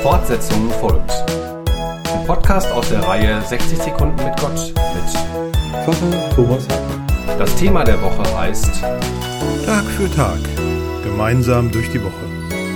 Fortsetzung folgt. Ein Podcast aus der Reihe 60 Sekunden mit Gott mit Pfarrer Thomas Hartmann. Das Thema der Woche heißt Tag für Tag, gemeinsam durch die Woche.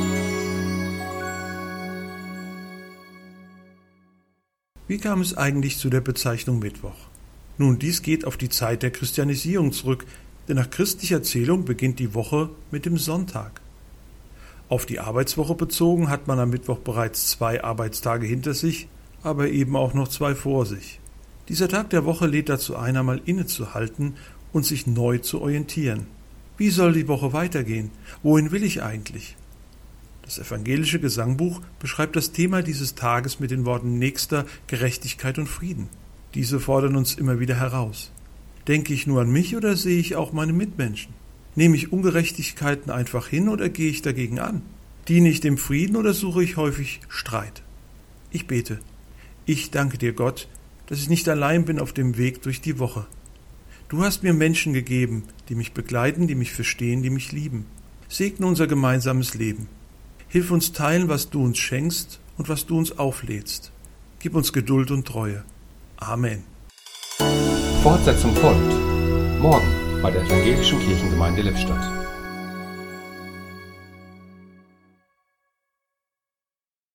Wie kam es eigentlich zu der Bezeichnung Mittwoch? Nun, dies geht auf die Zeit der Christianisierung zurück, denn nach christlicher Zählung beginnt die Woche mit dem Sonntag. Auf die Arbeitswoche bezogen hat man am Mittwoch bereits 2 Arbeitstage hinter sich, aber eben auch noch 2 vor sich. Dieser Tag der Woche lädt dazu ein, einmal innezuhalten und sich neu zu orientieren. Wie soll die Woche weitergehen? Wohin will ich eigentlich? Das evangelische Gesangbuch beschreibt das Thema dieses Tages mit den Worten Nächster, Gerechtigkeit und Frieden. Diese fordern uns immer wieder heraus. Denke ich nur an mich oder sehe ich auch meine Mitmenschen? Nehme ich Ungerechtigkeiten einfach hin oder gehe ich dagegen an? Diene ich dem Frieden oder suche ich häufig Streit? Ich bete. Ich danke dir, Gott, dass ich nicht allein bin auf dem Weg durch die Woche. Du hast mir Menschen gegeben, die mich begleiten, die mich verstehen, die mich lieben. Segne unser gemeinsames Leben. Hilf uns teilen, was du uns schenkst und was du uns auflädst. Gib uns Geduld und Treue. Amen. Fortsetzung folgt. Morgen bei der Evangelischen Kirchengemeinde Lippstadt.